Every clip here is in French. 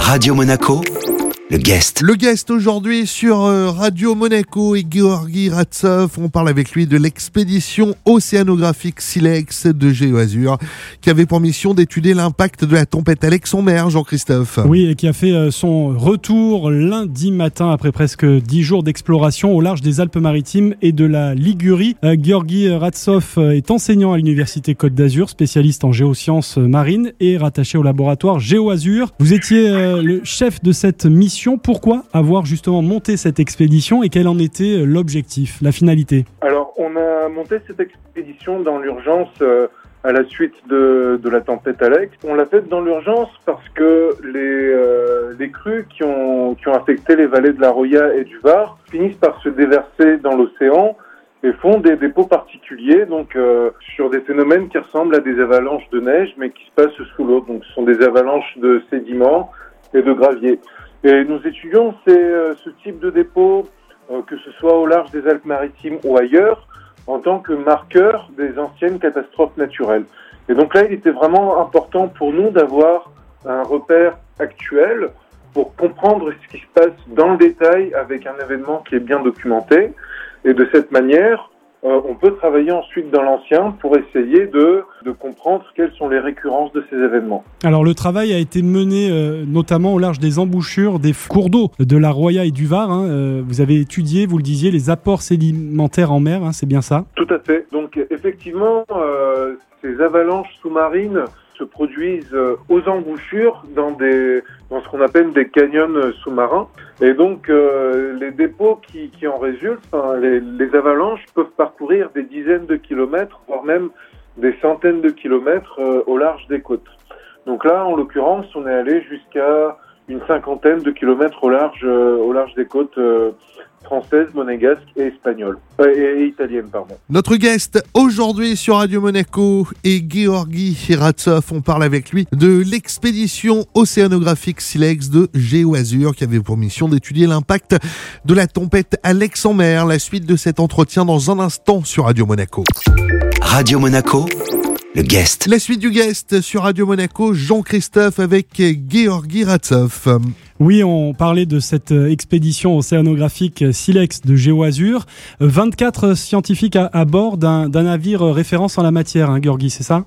Radio Monaco, le guest. Le guest aujourd'hui sur Radio Monaco est Gueorgui Ratsov. On parle avec lui de l'expédition océanographique Silex de GeoAzur qui avait pour mission d'étudier l'impact de la tempête Alex en mer, Jean-Christophe. Oui, et qui a fait son retour lundi matin après presque 10 jours d'exploration au large des Alpes-Maritimes et de la Ligurie. Gueorgui Ratsov est enseignant à l'Université Côte d'Azur, spécialiste en géosciences marines et rattaché au laboratoire GeoAzur. Vous étiez le chef de cette mission. Pourquoi avoir justement monté cette expédition et quel en était l'objectif, la finalité ? Alors, on a monté cette expédition dans l'urgence à la suite de la tempête Alex. On l'a faite dans l'urgence parce que les crues qui ont affecté les vallées de la Roya et du Var finissent par se déverser dans l'océan et font des dépôts particuliers, donc sur des phénomènes qui ressemblent à des avalanches de neige, mais qui se passent sous l'eau. Donc, ce sont des avalanches de sédiments et de gravier. Et nous étudions ce type de dépôt, que ce soit au large des Alpes-Maritimes ou ailleurs, en tant que marqueur des anciennes catastrophes naturelles. Et donc là, il était vraiment important pour nous d'avoir un repère actuel pour comprendre ce qui se passe dans le détail avec un événement qui est bien documenté. Et de cette manière, on peut travailler ensuite dans l'ancien pour essayer de comprendre quelles sont les récurrences de ces événements. Alors le travail a été mené notamment au large des embouchures des cours d'eau de la Roya et du Var. Vous avez étudié, vous le disiez, les apports sédimentaires en mer, c'est bien ça ? Tout à fait. Donc effectivement, ces avalanches sous-marines se produisent aux embouchures dans ce qu'on appelle des canyons sous-marins. Et donc, les dépôts qui en résultent, les avalanches peuvent parcourir des dizaines de kilomètres, voire même des centaines de kilomètres au large des côtes. Donc là, en l'occurrence, on est allé jusqu'à une cinquantaine de kilomètres au large des côtes françaises, monégasques et espagnoles. Et italiennes, pardon. Notre guest aujourd'hui sur Radio Monaco est Gueorgui Ratsov. On parle avec lui de l'expédition océanographique Silex de GeoAzur qui avait pour mission d'étudier l'impact de la tempête Alex en mer. La suite de cet entretien dans un instant sur Radio Monaco. Radio Monaco, le guest. La suite du guest sur Radio Monaco, Jean-Christophe avec Gueorgui Ratsov. Oui, on parlait de cette expédition océanographique Silex de GeoAzur. 24 scientifiques à bord d'un navire référence en la matière, Gueorgui, c'est ça ?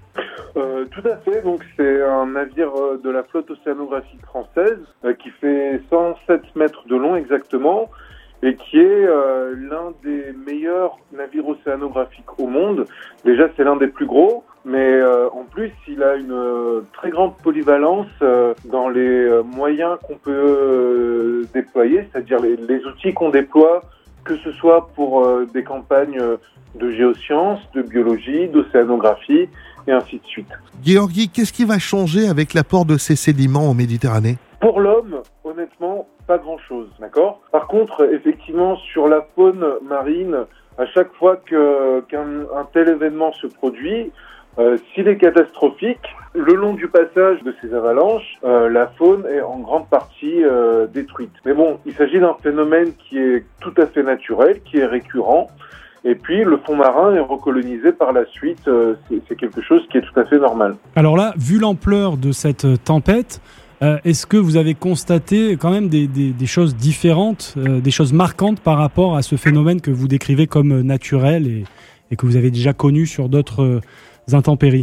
Tout à fait. Donc c'est un navire de la flotte océanographique française qui fait 107 mètres de long exactement et qui est l'un des meilleurs navires océanographiques au monde. Déjà, c'est l'un des plus gros, mais en plus, il a une très grande polyvalence dans les moyens qu'on peut déployer, c'est-à-dire les outils qu'on déploie, que ce soit pour des campagnes de géosciences, de biologie, d'océanographie, et ainsi de suite. Gueorgui, qu'est-ce qui va changer avec l'apport de ces sédiments en Méditerranée ? Pour l'homme, honnêtement, pas grand-chose, d'accord ? Par contre, effectivement, sur la faune marine, à chaque fois qu'un tel événement se produit, s'il est catastrophique, le long du passage de ces avalanches, la faune est en grande partie détruite. Mais bon, il s'agit d'un phénomène qui est tout à fait naturel, qui est récurrent. Et puis, le fond marin est recolonisé par la suite. C'est quelque chose qui est tout à fait normal. Alors là, vu l'ampleur de cette tempête, est-ce que vous avez constaté quand même des choses différentes, des choses marquantes par rapport à ce phénomène que vous décrivez comme naturel et que vous avez déjà connu sur d'autres intempéries ?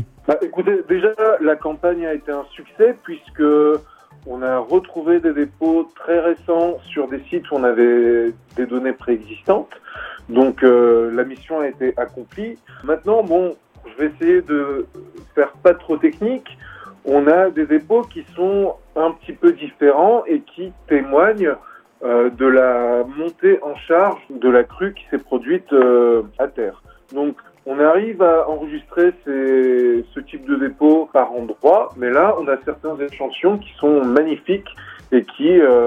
Écoutez, déjà, la campagne a été un succès puisque on a retrouvé des dépôts très récents sur des sites où on avait des données préexistantes. Donc la mission a été accomplie. Maintenant, je vais essayer de faire pas trop technique. On a des dépôts qui sont un petit peu différents et qui témoignent de la montée en charge de la crue qui s'est produite à terre. Donc on arrive à enregistrer ce type de dépôt par endroit, mais là on a certains échantillons qui sont magnifiques et qui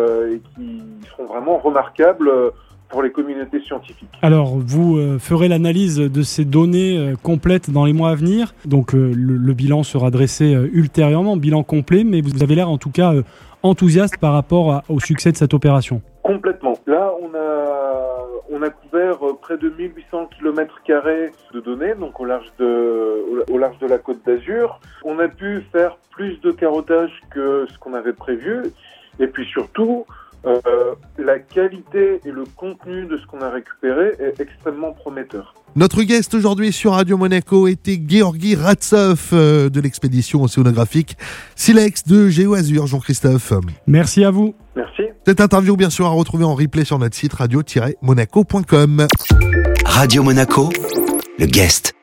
seront vraiment remarquables pour les communautés scientifiques. Alors, vous ferez l'analyse de ces données complètes dans les mois à venir. Donc, le bilan sera dressé ultérieurement, bilan complet, mais vous avez l'air en tout cas enthousiaste par rapport au succès de cette opération. Complètement. Là, Là, on a couvert près de 1800 km² de données, donc au large de la Côte d'Azur. On a pu faire plus de carottage que ce qu'on avait prévu. Et puis surtout, la qualité et le contenu de ce qu'on a récupéré est extrêmement prometteur. Notre guest aujourd'hui sur Radio Monaco était Gueorgui Ratsov de l'expédition océanographique Silex de GeoAzur. Jean-Christophe. Merci à vous. Merci. Cette interview, bien sûr, à retrouver en replay sur notre site radio-monaco.com. Radio Monaco, le guest.